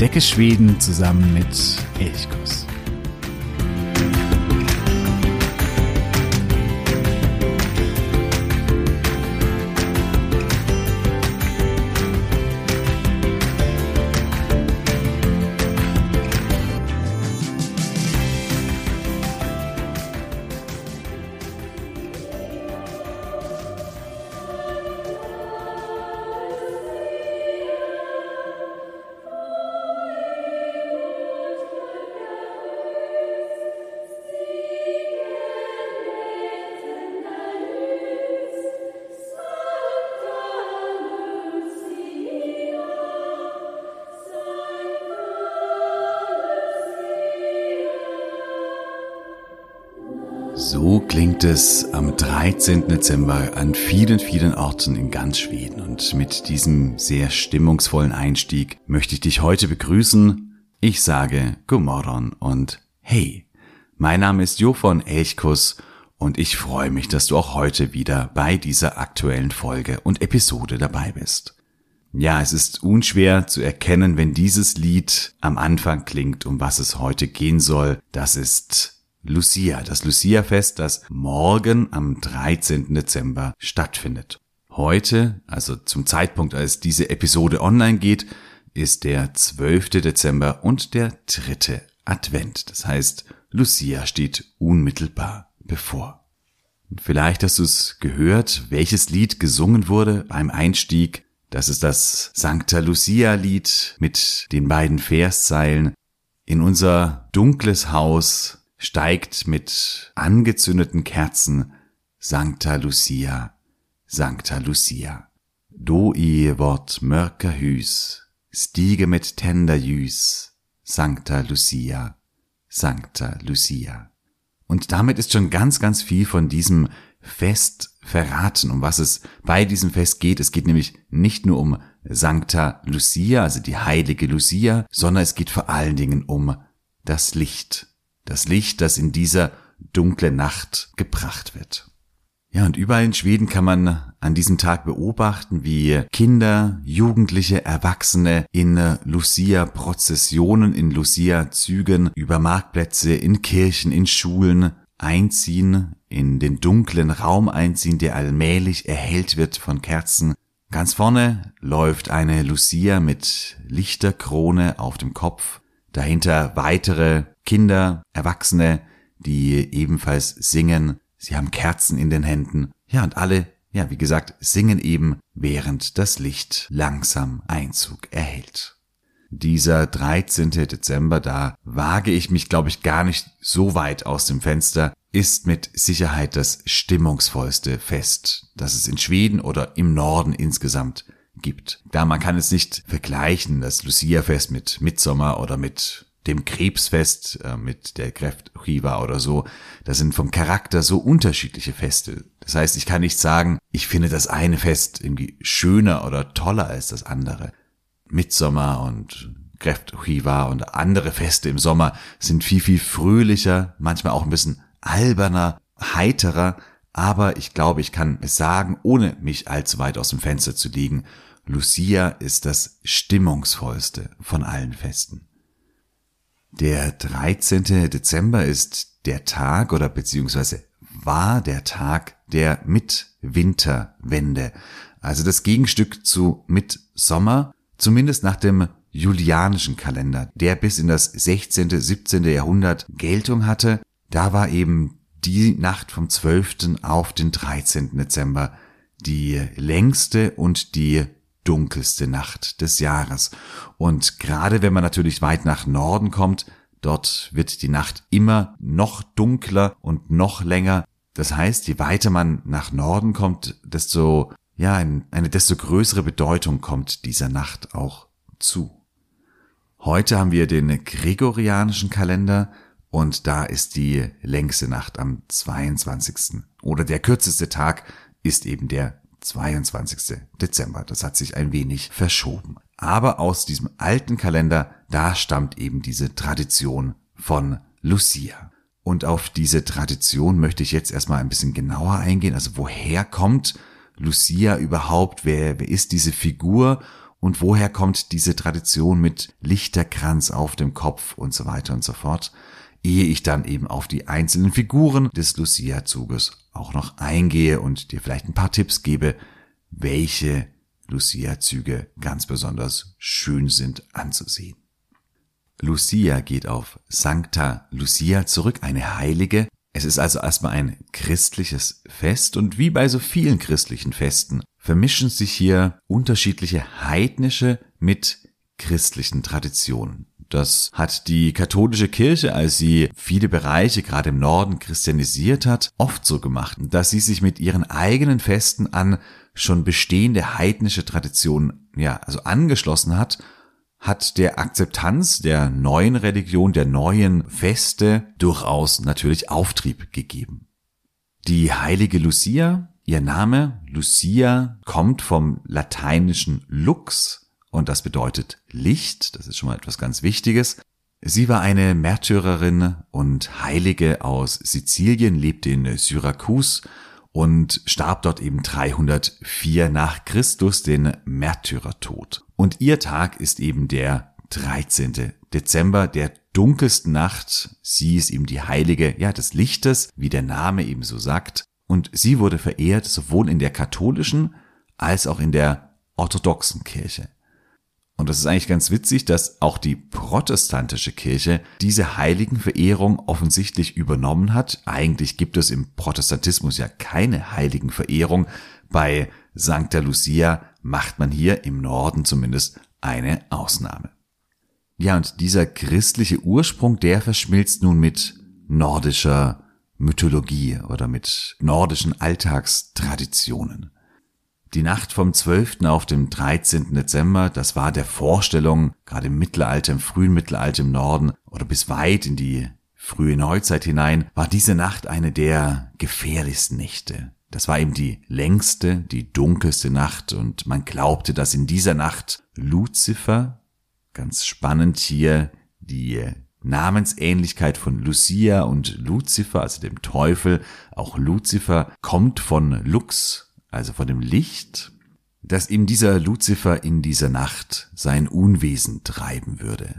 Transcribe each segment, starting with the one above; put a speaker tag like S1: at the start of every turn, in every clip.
S1: Entdecke Schweden zusammen mit Elchkuss. So klingt es am 13. Dezember an vielen, vielen Orten in ganz Schweden. Und mit diesem sehr stimmungsvollen Einstieg möchte ich dich heute begrüßen. Ich sage Godmorgon und hey, mein Name ist Jo von Elchkuss und ich freue mich, dass du auch heute wieder bei dieser aktuellen Folge und Episode dabei bist. Ja, es ist unschwer zu erkennen, wenn dieses Lied am Anfang klingt, um was es heute gehen soll. Das ist Lucia, das Lucia-Fest, das morgen am 13. Dezember stattfindet. Heute, also zum Zeitpunkt, als diese Episode online geht, ist der 12. Dezember und der 3. Advent. Das heißt, Lucia steht unmittelbar bevor. Und vielleicht hast du es gehört, welches Lied gesungen wurde beim Einstieg. Das ist das Sancta Lucia-Lied mit den beiden Verszeilen. In unser dunkles Haus steigt mit angezündeten Kerzen Sancta Lucia, Sancta Lucia. Då i vårt mörka hus stiger med tända ljus, Sancta Lucia, Sancta Lucia. Und damit ist schon ganz, ganz viel von diesem Fest verraten, um was es bei diesem Fest geht. Es geht nämlich nicht nur um Sancta Lucia, also die heilige Lucia, sondern es geht vor allen Dingen um das Licht. Das Licht, das in dieser dunklen Nacht gebracht wird. Ja, und überall in Schweden kann man an diesem Tag beobachten, wie Kinder, Jugendliche, Erwachsene in Lucia-Prozessionen, in Lucia-Zügen über Marktplätze, in Kirchen, in Schulen einziehen, in den dunklen Raum einziehen, der allmählich erhellt wird von Kerzen. Ganz vorne läuft eine Lucia mit Lichterkrone auf dem Kopf. Dahinter weitere Kinder, Erwachsene, die ebenfalls singen. Sie haben Kerzen in den Händen. Ja, und alle, ja, wie gesagt, singen eben, während das Licht langsam Einzug erhält. Dieser 13. Dezember, da wage ich mich, glaube ich, gar nicht so weit aus dem Fenster, ist mit Sicherheit das stimmungsvollste Fest, das es in Schweden oder im Norden insgesamt gibt. Da man kann es nicht vergleichen, das Lucia-Fest mit Mitsommer oder mit dem Krebsfest, mit der Kräftskiva oder so. Das sind vom Charakter so unterschiedliche Feste. Das heißt, ich kann nicht sagen, ich finde das eine Fest irgendwie schöner oder toller als das andere. Mitsommer und Kräftskiva und andere Feste im Sommer sind viel, viel fröhlicher, manchmal auch ein bisschen alberner, heiterer. Aber ich glaube, ich kann es sagen, ohne mich allzu weit aus dem Fenster zu liegen, Lucia ist das stimmungsvollste von allen Festen. Der 13. Dezember ist der Tag oder beziehungsweise war der Tag der Mitwinterwende. Also das Gegenstück zu Mitsommer, zumindest nach dem julianischen Kalender, der bis in das 16., 17. Jahrhundert Geltung hatte. Da war eben die Nacht vom 12. auf den 13. Dezember die längste und die dunkelste Nacht des Jahres. Und gerade wenn man natürlich weit nach Norden kommt, dort wird die Nacht immer noch dunkler und noch länger. Das heißt, je weiter man nach Norden kommt, desto eine desto größere Bedeutung kommt dieser Nacht auch zu. Heute haben wir den gregorianischen Kalender und da ist die längste Nacht am 22. Oder der kürzeste Tag ist eben der 22. Dezember. Das hat sich ein wenig verschoben. Aber aus diesem alten Kalender, da stammt eben diese Tradition von Lucia. Und auf diese Tradition möchte ich jetzt erstmal ein bisschen genauer eingehen. Also woher kommt Lucia überhaupt? Wer ist diese Figur? und woher kommt diese Tradition mit Lichterkranz auf dem Kopf und so weiter und so fort, ehe ich dann eben auf die einzelnen Figuren des Lucia-Zuges auch noch eingehe und dir vielleicht ein paar Tipps gebe, welche Lucia-Züge ganz besonders schön sind anzusehen. Lucia geht auf Sancta Lucia zurück, eine Heilige. Es ist also erstmal ein christliches Fest und wie bei so vielen christlichen Festen vermischen sich hier unterschiedliche heidnische mit christlichen Traditionen. Das hat die katholische Kirche, als sie viele Bereiche gerade im Norden christianisiert hat, oft so gemacht, dass sie sich mit ihren eigenen Festen an schon bestehende heidnische Traditionen, angeschlossen hat der Akzeptanz der neuen Religion, der neuen Feste durchaus natürlich Auftrieb gegeben. Die heilige Lucia, ihr Name Lucia kommt vom lateinischen Lux, und das bedeutet Licht, das ist schon mal etwas ganz Wichtiges. Sie war eine Märtyrerin und Heilige aus Sizilien, lebte in Syrakus und starb dort eben 304 nach Christus den Märtyrertod. Und ihr Tag ist eben der 13. Dezember, der dunkelsten Nacht. Sie ist eben die Heilige, des Lichtes, wie der Name eben so sagt. Und sie wurde verehrt sowohl in der katholischen als auch in der orthodoxen Kirche. Und das ist eigentlich ganz witzig, dass auch die protestantische Kirche diese Heiligenverehrung offensichtlich übernommen hat. Eigentlich gibt es im Protestantismus ja keine Heiligenverehrung. Bei Sancta Lucia macht man hier im Norden zumindest eine Ausnahme. Ja, und dieser christliche Ursprung, der verschmilzt nun mit nordischer Mythologie oder mit nordischen Alltagstraditionen. Die Nacht vom 12. auf dem 13. Dezember, das war der Vorstellung, gerade im Mittelalter, im frühen Mittelalter im Norden oder bis weit in die frühe Neuzeit hinein, war diese Nacht eine der gefährlichsten Nächte. Das war eben die längste, die dunkelste Nacht und man glaubte, dass in dieser Nacht Luzifer, ganz spannend hier, die Namensähnlichkeit von Lucia und Luzifer, also dem Teufel, auch Luzifer, kommt von Lux, also von dem Licht, dass eben dieser Luzifer in dieser Nacht sein Unwesen treiben würde.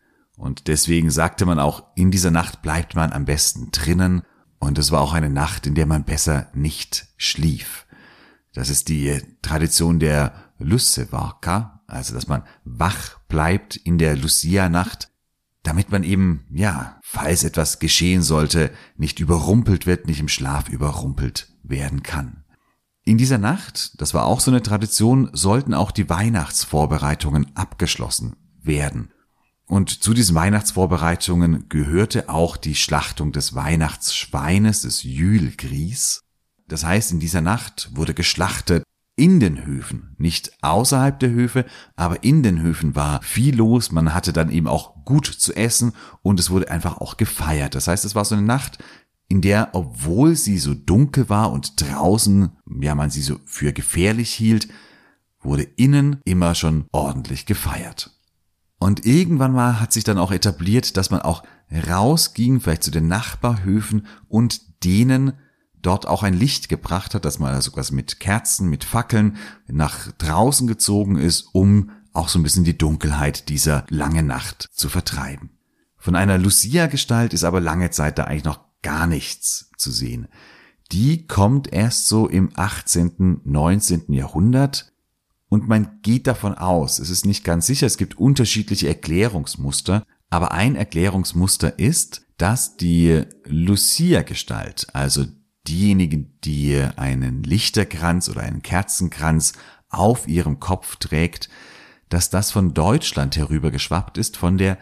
S1: Und deswegen sagte man auch, in dieser Nacht bleibt man am besten drinnen. Und es war auch eine Nacht, in der man besser nicht schlief. Das ist die Tradition der Lussevarka, also dass man wach bleibt in der Lucia-Nacht, damit man eben, falls etwas geschehen sollte, nicht überrumpelt wird, nicht im Schlaf überrumpelt werden kann. In dieser Nacht, das war auch so eine Tradition, sollten auch die Weihnachtsvorbereitungen abgeschlossen werden. Und zu diesen Weihnachtsvorbereitungen gehörte auch die Schlachtung des Weihnachtsschweines, des Jülgries. Das heißt, in dieser Nacht wurde geschlachtet in den Höfen, nicht außerhalb der Höfe, aber in den Höfen war viel los. Man hatte dann eben auch gut zu essen und es wurde einfach auch gefeiert. Das heißt, es war so eine Nacht, in der, obwohl sie so dunkel war und draußen, man sie so für gefährlich hielt, wurde innen immer schon ordentlich gefeiert. Und irgendwann mal hat sich dann auch etabliert, dass man auch rausging, vielleicht zu den Nachbarhöfen und denen dort auch ein Licht gebracht hat, dass man also was mit Kerzen, mit Fackeln nach draußen gezogen ist, um auch so ein bisschen die Dunkelheit dieser langen Nacht zu vertreiben. Von einer Lucia-Gestalt ist aber lange Zeit da eigentlich noch gar nichts zu sehen. Die kommt erst so im 18., 19. Jahrhundert und man geht davon aus, es ist nicht ganz sicher, es gibt unterschiedliche Erklärungsmuster, aber ein Erklärungsmuster ist, dass die Lucia-Gestalt, also diejenigen, die einen Lichterkranz oder einen Kerzenkranz auf ihrem Kopf trägt, dass das von Deutschland herübergeschwappt ist, von der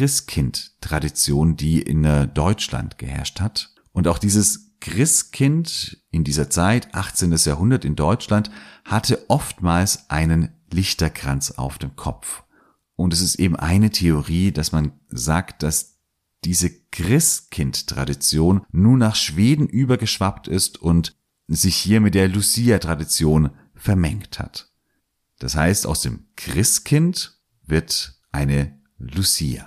S1: Christkind-Tradition, die in Deutschland geherrscht hat. Und auch dieses Christkind in dieser Zeit, 18. Jahrhundert in Deutschland, hatte oftmals einen Lichterkranz auf dem Kopf. Und es ist eben eine Theorie, dass man sagt, dass diese Christkind-Tradition nun nach Schweden übergeschwappt ist und sich hier mit der Lucia-Tradition vermengt hat. Das heißt, aus dem Christkind wird eine Lucia.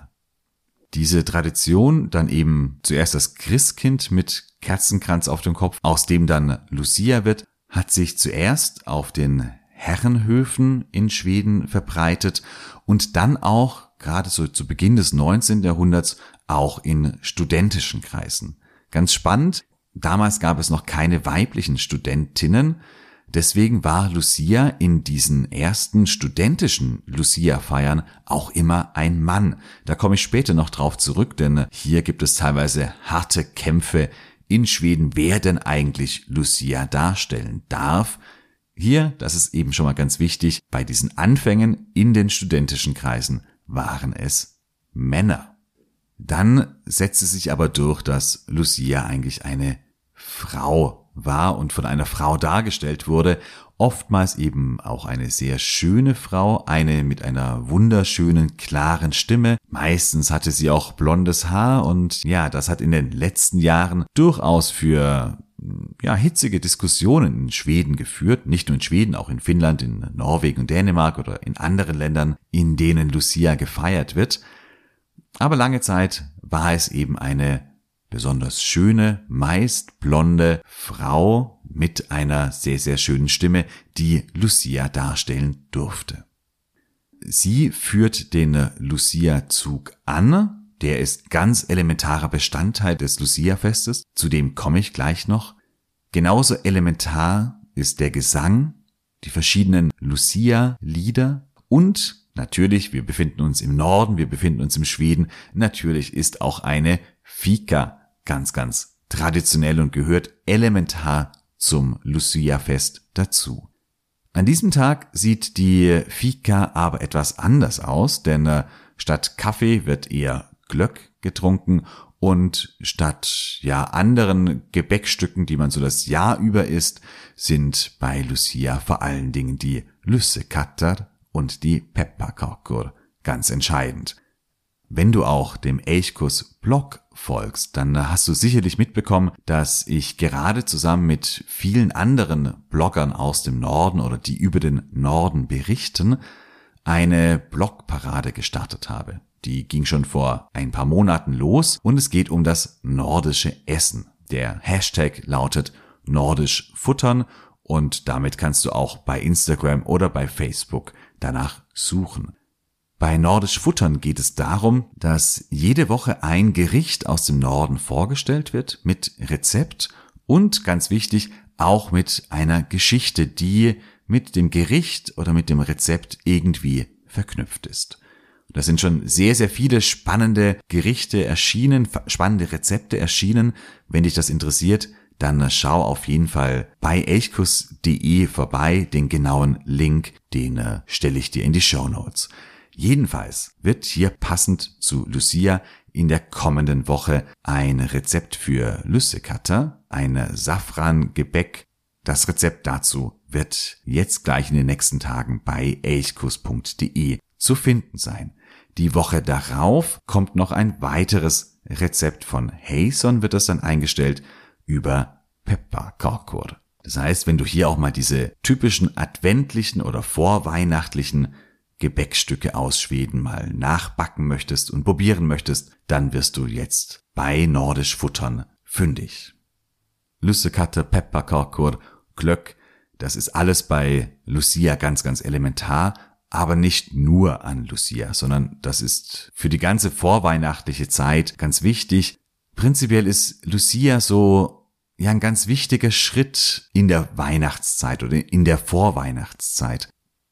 S1: Diese Tradition, dann eben zuerst das Christkind mit Kerzenkranz auf dem Kopf, aus dem dann Lucia wird, hat sich zuerst auf den Herrenhöfen in Schweden verbreitet und dann auch, gerade so zu Beginn des 19. Jahrhunderts, auch in studentischen Kreisen. Ganz spannend, damals gab es noch keine weiblichen Studentinnen, deswegen war Lucia in diesen ersten studentischen Lucia-Feiern auch immer ein Mann. Da komme ich später noch drauf zurück, denn hier gibt es teilweise harte Kämpfe in Schweden, wer denn eigentlich Lucia darstellen darf. Hier, das ist eben schon mal ganz wichtig, bei diesen Anfängen in den studentischen Kreisen waren es Männer. Dann setzte sich aber durch, dass Lucia eigentlich eine Frau war und von einer Frau dargestellt wurde, oftmals eben auch eine sehr schöne Frau, eine mit einer wunderschönen, klaren Stimme. Meistens hatte sie auch blondes Haar und ja, das hat in den letzten Jahren durchaus für hitzige Diskussionen in Schweden geführt, nicht nur in Schweden, auch in Finnland, in Norwegen und Dänemark oder in anderen Ländern, in denen Lucia gefeiert wird. Aber lange Zeit war es eben eine besonders schöne, meist blonde Frau mit einer sehr, sehr schönen Stimme, die Lucia darstellen durfte. Sie führt den Lucia-Zug an. Der ist ganz elementarer Bestandteil des Lucia-Festes. Zu dem komme ich gleich noch. Genauso elementar ist der Gesang, die verschiedenen Lucia-Lieder und natürlich, wir befinden uns im Norden, wir befinden uns in Schweden. Natürlich ist auch eine Fika ganz, ganz traditionell und gehört elementar zum Lucia-Fest dazu. An diesem Tag sieht die Fika aber etwas anders aus, denn statt Kaffee wird eher Glögg getrunken und statt anderen Gebäckstücken, die man so das Jahr über isst, sind bei Lucia vor allen Dingen die Lussekatter und die pepparkakor ganz entscheidend. Wenn du auch dem Eichhus-Blog folgst, dann hast du sicherlich mitbekommen, dass ich gerade zusammen mit vielen anderen Bloggern aus dem Norden oder die über den Norden berichten, eine Blogparade gestartet habe. Die ging schon vor ein paar Monaten los und es geht um das nordische Essen. Der Hashtag lautet nordisch futtern und damit kannst du auch bei Instagram oder bei Facebook danach suchen. Bei Nordisch Futtern geht es darum, dass jede Woche ein Gericht aus dem Norden vorgestellt wird mit Rezept und ganz wichtig auch mit einer Geschichte, die mit dem Gericht oder mit dem Rezept irgendwie verknüpft ist. Da sind schon sehr, sehr viele spannende Gerichte erschienen, spannende Rezepte erschienen. Wenn dich das interessiert, dann schau auf jeden Fall bei eichhus.de vorbei. Den genauen Link, den stelle ich dir in die Shownotes. Jedenfalls wird hier passend zu Lucia in der kommenden Woche ein Rezept für Lussekatter, ein Safrangebäck. Das Rezept dazu wird jetzt gleich in den nächsten Tagen bei eichhus.de zu finden sein. Die Woche darauf kommt noch ein weiteres Rezept von Hayson, wird das dann eingestellt, über pepparkakor. Das heißt, wenn du hier auch mal diese typischen adventlichen oder vorweihnachtlichen Gebäckstücke aus Schweden mal nachbacken möchtest und probieren möchtest, dann wirst du jetzt bei Nordisch Futtern fündig. Lussekatter, pepparkakor, Glögg, das ist alles bei Lucia ganz, ganz elementar, aber nicht nur an Lucia, sondern das ist für die ganze vorweihnachtliche Zeit ganz wichtig. Prinzipiell ist Lucia so ein ganz wichtiger Schritt in der Weihnachtszeit oder in der Vorweihnachtszeit.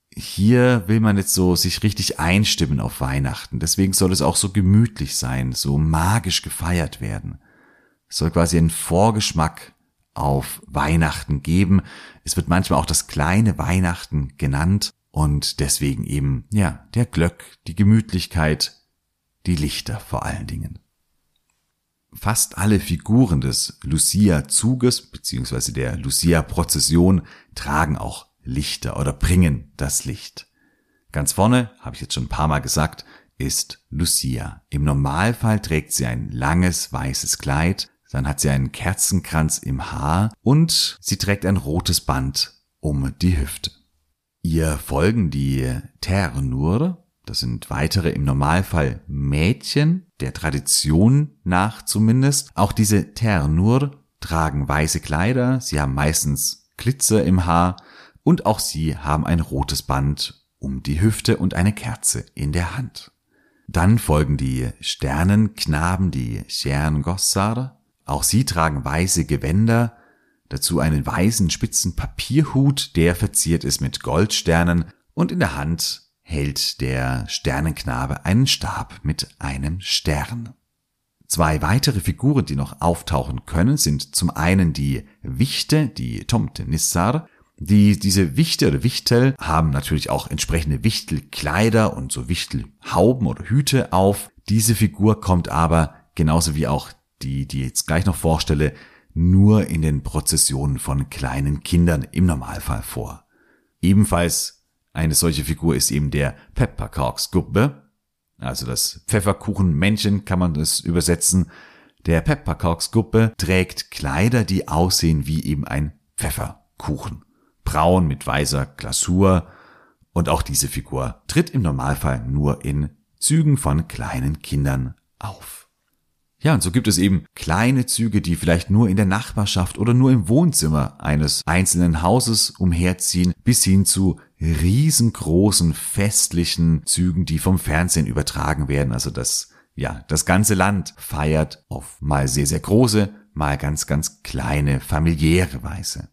S1: Hier will man jetzt so sich richtig einstimmen auf Weihnachten. Deswegen soll es auch so gemütlich sein, so magisch gefeiert werden. Es soll quasi einen Vorgeschmack auf Weihnachten geben. Es wird manchmal auch das kleine Weihnachten genannt und deswegen eben, der Glögg, die Gemütlichkeit, die Lichter vor allen Dingen. Fast alle Figuren des Lucia-Zuges bzw. der Lucia-Prozession tragen auch Lichter oder bringen das Licht. Ganz vorne, habe ich jetzt schon ein paar Mal gesagt, ist Lucia. Im Normalfall trägt sie ein langes weißes Kleid, dann hat sie einen Kerzenkranz im Haar und sie trägt ein rotes Band um die Hüfte. Ihr folgen die Ternur, das sind weitere im Normalfall Mädchen, der Tradition nach zumindest. Auch diese Ternur tragen weiße Kleider, sie haben meistens Glitzer im Haar und auch sie haben ein rotes Band um die Hüfte und eine Kerze in der Hand. Dann folgen die Sternenknaben, die Stjärngossar. Auch sie tragen weiße Gewänder, dazu einen weißen spitzen Papierhut, der verziert ist mit Goldsternen, und in der Hand hält der Sternenknabe einen Stab mit einem Stern. 2 weitere Figuren, die noch auftauchen können, sind zum einen die Wichte, die Tomtenissar. Diese Wichte oder Wichtel haben natürlich auch entsprechende Wichtelkleider und so Wichtelhauben oder Hüte auf. Diese Figur kommt aber, genauso wie auch die ich jetzt gleich noch vorstelle, nur in den Prozessionen von kleinen Kindern im Normalfall vor. Ebenfalls eine solche Figur ist eben der Pepparkaksgubbe, also das Pfefferkuchenmännchen kann man das übersetzen. Der Pepparkaksgubbe trägt Kleider, die aussehen wie eben ein Pfefferkuchen. Braun mit weißer Glasur, und auch diese Figur tritt im Normalfall nur in Zügen von kleinen Kindern auf. Ja, und so gibt es eben kleine Züge, die vielleicht nur in der Nachbarschaft oder nur im Wohnzimmer eines einzelnen Hauses umherziehen, bis hin zu riesengroßen festlichen Zügen, die vom Fernsehen übertragen werden. Also das ganze Land feiert auf mal sehr, sehr große, mal ganz, ganz kleine, familiäre Weise.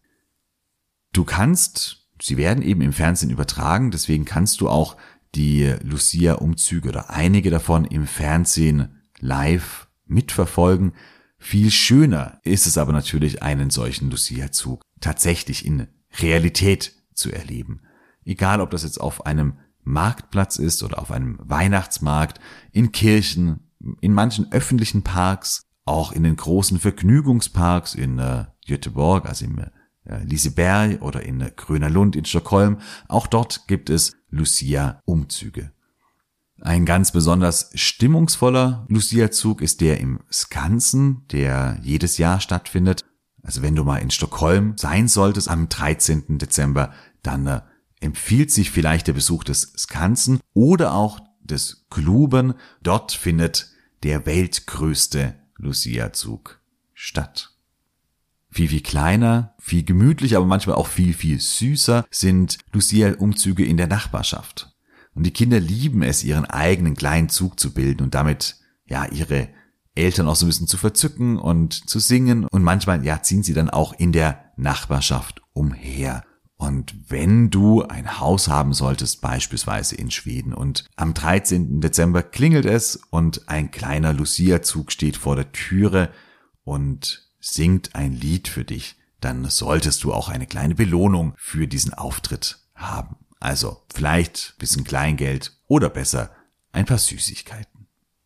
S1: Sie werden eben im Fernsehen übertragen, deswegen kannst du auch die Lucia-Umzüge oder einige davon im Fernsehen live mitverfolgen. Viel schöner ist es aber natürlich, einen solchen Lucia-Zug tatsächlich in Realität zu erleben. Egal, ob das jetzt auf einem Marktplatz ist oder auf einem Weihnachtsmarkt, in Kirchen, in manchen öffentlichen Parks, auch in den großen Vergnügungsparks in Göteborg, also im Liseberg oder in Gröna Lund in Stockholm. Auch dort gibt es Lucia-Umzüge. Ein ganz besonders stimmungsvoller Lucia-Zug ist der im Skansen, der jedes Jahr stattfindet. Also wenn du mal in Stockholm sein solltest am 13. Dezember, dann empfiehlt sich vielleicht der Besuch des Skansen oder auch des Globen. Dort findet der weltgrößte Lucia-Zug statt. Viel, viel kleiner, viel gemütlicher, aber manchmal auch viel, viel süßer sind Lucia-Umzüge in der Nachbarschaft. Und die Kinder lieben es, ihren eigenen kleinen Zug zu bilden und damit ihre Eltern auch so ein bisschen zu verzücken und zu singen. Und manchmal ziehen sie dann auch in der Nachbarschaft umher. Und wenn du ein Haus haben solltest, beispielsweise in Schweden, und am 13. Dezember klingelt es und ein kleiner Lucia-Zug steht vor der Türe und singt ein Lied für dich, dann solltest du auch eine kleine Belohnung für diesen Auftritt haben. Also vielleicht ein bisschen Kleingeld oder besser ein paar Süßigkeiten.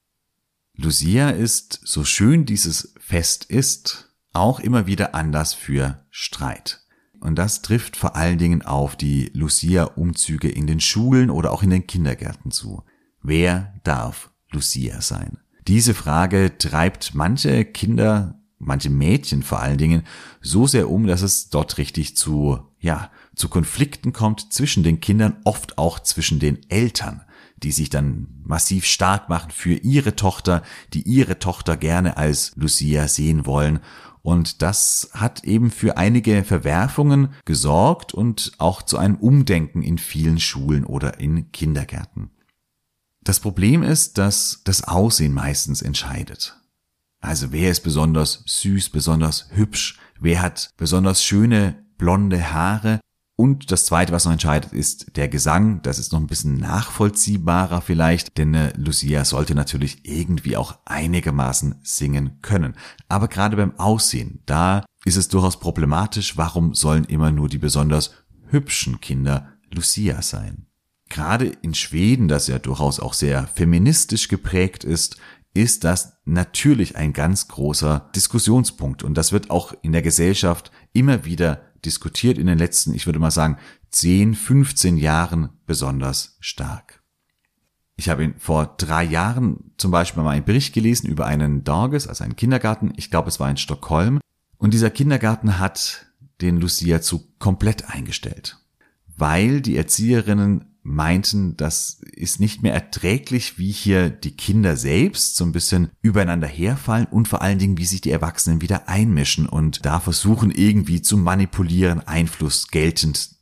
S1: Lucia ist, so schön dieses Fest ist, auch immer wieder Anlass für Streit. Und das trifft vor allen Dingen auf die Lucia-Umzüge in den Schulen oder auch in den Kindergärten zu. Wer darf Lucia sein? Diese Frage treibt manche Kinder, manche Mädchen vor allen Dingen so sehr dass es dort richtig zu Konflikten kommt zwischen den Kindern, oft auch zwischen den Eltern, die sich dann massiv stark machen für ihre Tochter, die ihre Tochter gerne als Lucia sehen wollen. Und das hat eben für einige Verwerfungen gesorgt und auch zu einem Umdenken in vielen Schulen oder in Kindergärten. Das Problem ist, dass das Aussehen meistens entscheidet. Also wer ist besonders süß, besonders hübsch, wer hat besonders schöne blonde Haare. Und das Zweite, was noch entscheidet, ist der Gesang. Das ist noch ein bisschen nachvollziehbarer vielleicht, denn Lucia sollte natürlich irgendwie auch einigermaßen singen können. Aber gerade beim Aussehen, da ist es durchaus problematisch. Warum sollen immer nur die besonders hübschen Kinder Lucia sein? Gerade in Schweden, das ja durchaus auch sehr feministisch geprägt ist das natürlich ein ganz großer Diskussionspunkt. Und das wird auch in der Gesellschaft immer wieder diskutiert in den letzten, ich würde mal sagen, 10, 15 Jahren besonders stark. Ich habe vor 3 Jahren zum Beispiel mal einen Bericht gelesen über einen Dagis, also einen Kindergarten. Ich glaube, es war in Stockholm. Und dieser Kindergarten hat den Lucia-Zug komplett eingestellt, weil die Erzieherinnen meinten, das ist nicht mehr erträglich, wie hier die Kinder selbst so ein bisschen übereinander herfallen und vor allen Dingen, wie sich die Erwachsenen wieder einmischen und da versuchen irgendwie zu manipulieren, Einfluss geltend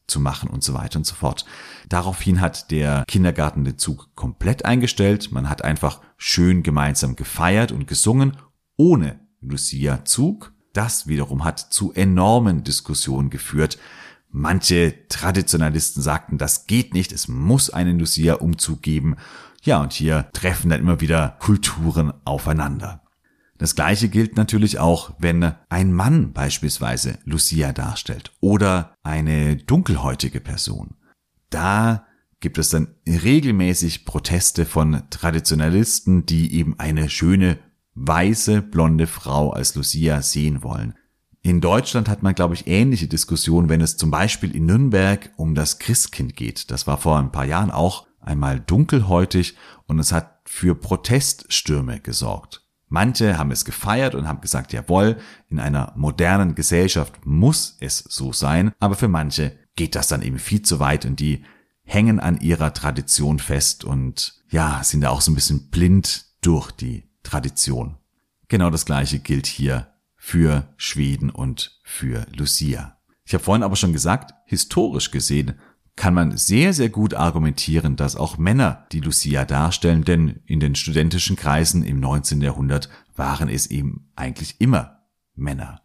S1: zu machen und so weiter und so fort. Daraufhin hat der Kindergarten den Zug komplett eingestellt. Man hat einfach schön gemeinsam gefeiert und gesungen, ohne Lucia-Zug. Das wiederum hat zu enormen Diskussionen geführt. Manche Traditionalisten sagten, das geht nicht, es muss einen Lucia-Umzug geben. Ja, und hier treffen dann immer wieder Kulturen aufeinander. Das Gleiche gilt natürlich auch, wenn ein Mann beispielsweise Lucia darstellt oder eine dunkelhäutige Person. Da gibt es dann regelmäßig Proteste von Traditionalisten, die eben eine schöne, weiße, blonde Frau als Lucia sehen wollen. In Deutschland hat man, glaube ich, ähnliche Diskussionen, wenn es zum Beispiel in Nürnberg um das Christkind geht. Das war vor ein paar Jahren auch einmal dunkelhäutig und es hat für Proteststürme gesorgt. Manche haben es gefeiert und haben gesagt, jawohl, in einer modernen Gesellschaft muss es so sein, aber für manche geht das dann eben viel zu weit und die hängen an ihrer Tradition fest und ja, sind da auch so ein bisschen blind durch die Tradition. Genau das Gleiche gilt hier für Schweden und für Lucia. Ich habe vorhin aber schon gesagt, historisch gesehen kann man sehr, sehr gut argumentieren, dass auch Männer die Lucia darstellen, denn in den studentischen Kreisen im 19. Jahrhundert waren es eben eigentlich immer Männer.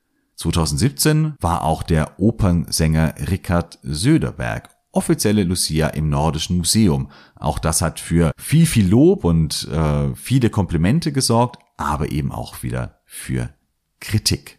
S1: 2017 war auch der Opernsänger Richard Söderberg offizielle Lucia im Nordischen Museum. Auch das hat für viel Lob und viele Komplimente gesorgt, aber eben auch wieder für Kritik.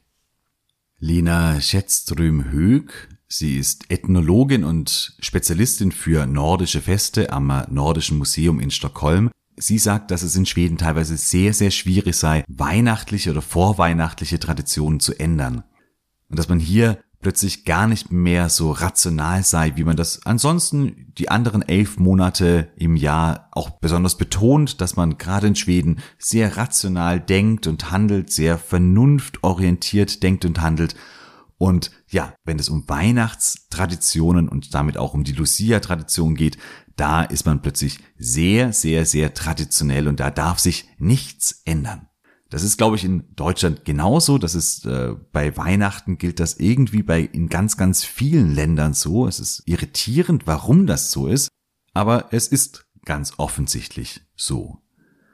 S1: Lena Skedström-Höök, sie ist Ethnologin und Spezialistin für nordische Feste am Nordischen Museum in Stockholm. Sie sagt, dass es in Schweden teilweise sehr, sehr schwierig sei, weihnachtliche oder vorweihnachtliche Traditionen zu ändern. Und dass man hier plötzlich gar nicht mehr so rational sei, wie man das ansonsten die anderen 11 Monate im Jahr auch besonders betont, dass man gerade in Schweden sehr rational denkt und handelt, sehr vernunftorientiert denkt und handelt. Und ja, wenn es um Weihnachtstraditionen und damit auch um die Lucia-Tradition geht, da ist man plötzlich sehr, sehr, sehr traditionell und da darf sich nichts ändern. Das ist, glaube ich, in Deutschland genauso. Das ist bei Weihnachten gilt das irgendwie in ganz, ganz vielen Ländern so. Es ist irritierend, warum das so ist, aber es ist ganz offensichtlich so.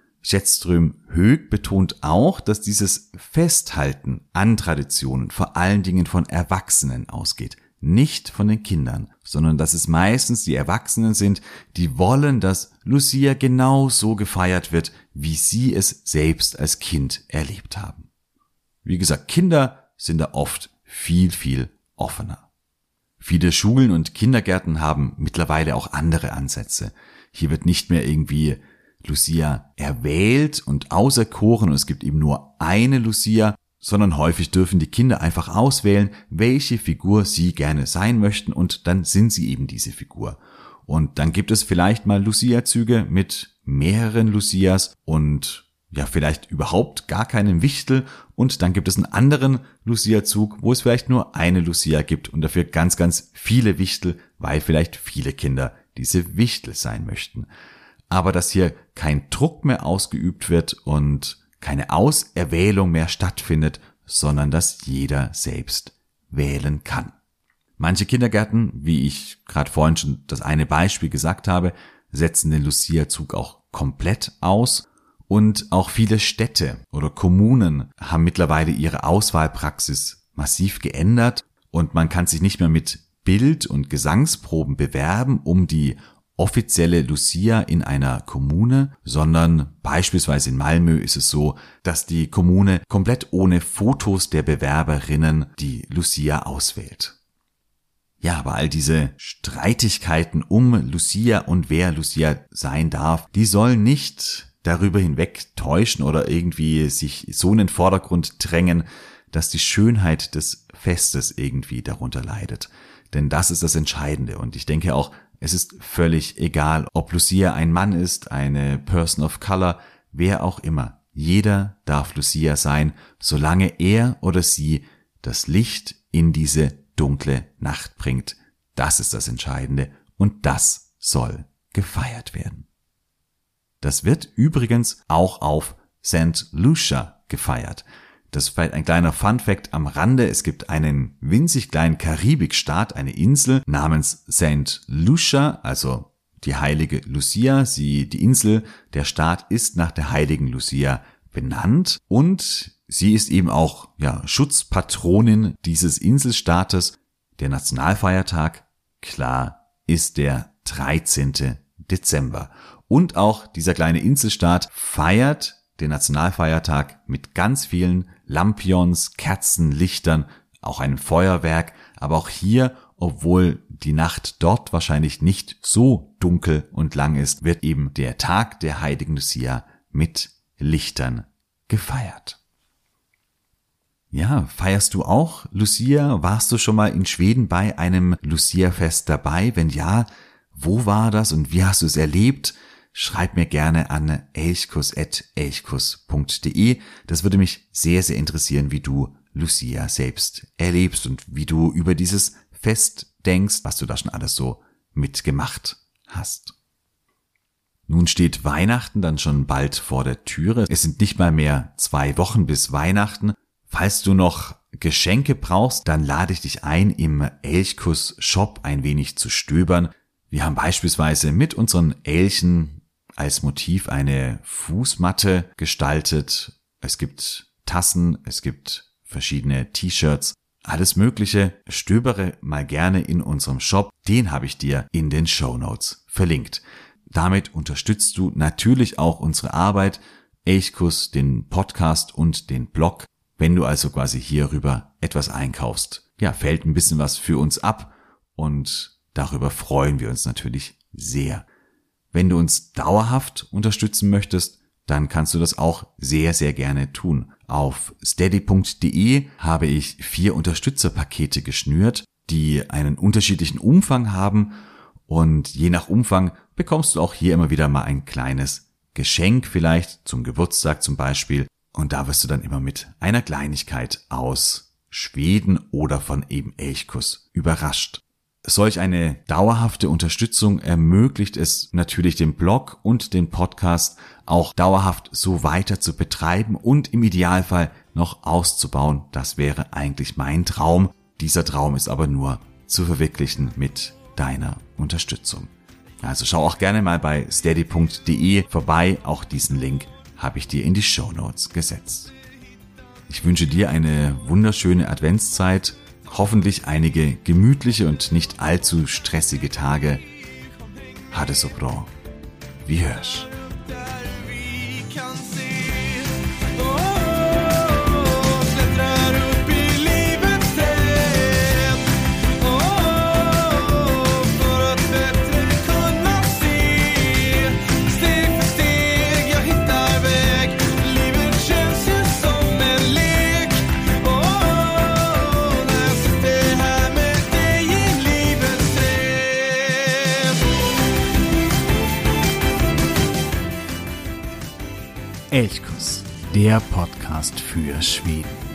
S1: Skedström-Höök betont auch, dass dieses Festhalten an Traditionen vor allen Dingen von Erwachsenen ausgeht, nicht von den Kindern, sondern dass es meistens die Erwachsenen sind, die wollen, dass Lucia genau so gefeiert wird, wie sie es selbst als Kind erlebt haben. Wie gesagt, Kinder sind da oft viel offener. Viele Schulen und Kindergärten haben mittlerweile auch andere Ansätze. Hier wird nicht mehr irgendwie Lucia erwählt und auserkoren und es gibt eben nur eine Lucia, sondern häufig dürfen die Kinder einfach auswählen, welche Figur sie gerne sein möchten und dann sind sie eben diese Figur. Und dann gibt es vielleicht mal Lucia-Züge mit mehreren Lucias und ja, vielleicht überhaupt gar keinen Wichtel und dann gibt es einen anderen Lucia-Zug, wo es vielleicht nur eine Lucia gibt und dafür ganz, ganz viele Wichtel, weil vielleicht viele Kinder diese Wichtel sein möchten. Aber dass hier kein Druck mehr ausgeübt wird und keine Auserwählung mehr stattfindet, sondern dass jeder selbst wählen kann. Manche Kindergärten, wie ich gerade vorhin schon das eine Beispiel gesagt habe, setzen den Lucia-Zug auch komplett aus und auch viele Städte oder Kommunen haben mittlerweile ihre Auswahlpraxis massiv geändert und man kann sich nicht mehr mit Bild- und Gesangsproben bewerben, um die offizielle Lucia in einer Kommune, sondern beispielsweise in Malmö ist es so, dass die Kommune komplett ohne Fotos der Bewerberinnen die Lucia auswählt. Ja, aber all diese Streitigkeiten um Lucia und wer Lucia sein darf, die sollen nicht darüber hinweg täuschen oder irgendwie sich so in den Vordergrund drängen, dass die Schönheit des Festes irgendwie darunter leidet. Denn das ist das Entscheidende und ich denke auch, es ist völlig egal, ob Lucia ein Mann ist, eine Person of Color, wer auch immer. Jeder darf Lucia sein, solange er oder sie das Licht in diese dunkle Nacht bringt. Das ist das Entscheidende und das soll gefeiert werden. Das wird übrigens auch auf St. Lucia gefeiert. Das ist vielleicht ein kleiner Funfact am Rande. Es gibt einen winzig kleinen Karibikstaat, eine Insel namens St. Lucia, also die heilige Lucia. Die Insel, der Staat ist nach der heiligen Lucia benannt und sie ist eben auch Schutzpatronin dieses Inselstaates. Der Nationalfeiertag, klar, ist der 13. Dezember. Und auch dieser kleine Inselstaat feiert den Nationalfeiertag mit ganz vielen Lampions, Kerzen, Lichtern, auch einem Feuerwerk. Aber auch hier, obwohl die Nacht dort wahrscheinlich nicht so dunkel und lang ist, wird eben der Tag der heiligen Lucia mit Lichtern gefeiert. Ja, feierst du auch Lucia? Warst du schon mal in Schweden bei einem Lucia-Fest dabei? Wenn ja, wo war das und wie hast du es erlebt? Schreib mir gerne an elchkuss@elchkuss.de. Das würde mich sehr, sehr interessieren, wie du Lucia selbst erlebst und wie du über dieses Fest denkst, was du da schon alles so mitgemacht hast. Nun steht Weihnachten dann schon bald vor der Türe. Es sind nicht mal mehr 2 Wochen bis Weihnachten. Falls du noch Geschenke brauchst, dann lade ich dich ein, im Elchkuss-Shop ein wenig zu stöbern. Wir haben beispielsweise mit unseren Elchen als Motiv eine Fußmatte gestaltet. Es gibt Tassen, es gibt verschiedene T-Shirts, alles Mögliche. Stöbere mal gerne in unserem Shop. Den habe ich dir in den Shownotes verlinkt. Damit unterstützt du natürlich auch unsere Arbeit, Elchkuss, den Podcast und den Blog. Wenn du also quasi hierüber etwas einkaufst, fällt ein bisschen was für uns ab und darüber freuen wir uns natürlich sehr. Wenn du uns dauerhaft unterstützen möchtest, dann kannst du das auch sehr, sehr gerne tun. Auf steady.de habe ich 4 Unterstützerpakete geschnürt, die einen unterschiedlichen Umfang haben und je nach Umfang bekommst du auch hier immer wieder mal ein kleines Geschenk, vielleicht zum Geburtstag zum Beispiel. Und da wirst du dann immer mit einer Kleinigkeit aus Schweden oder von eben Elchkuss überrascht. Solch eine dauerhafte Unterstützung ermöglicht es natürlich dem Blog und den Podcast auch dauerhaft so weiter zu betreiben und im Idealfall noch auszubauen. Das wäre eigentlich mein Traum. Dieser Traum ist aber nur zu verwirklichen mit deiner Unterstützung. Also schau auch gerne mal bei steady.de vorbei. Auch diesen Link habe ich dir in die Shownotes gesetzt. Ich wünsche dir eine wunderschöne Adventszeit. Hoffentlich einige gemütliche und nicht allzu stressige Tage. Ha det så bra. Vi hörs.
S2: Elchkuss, der Podcast für Schweden.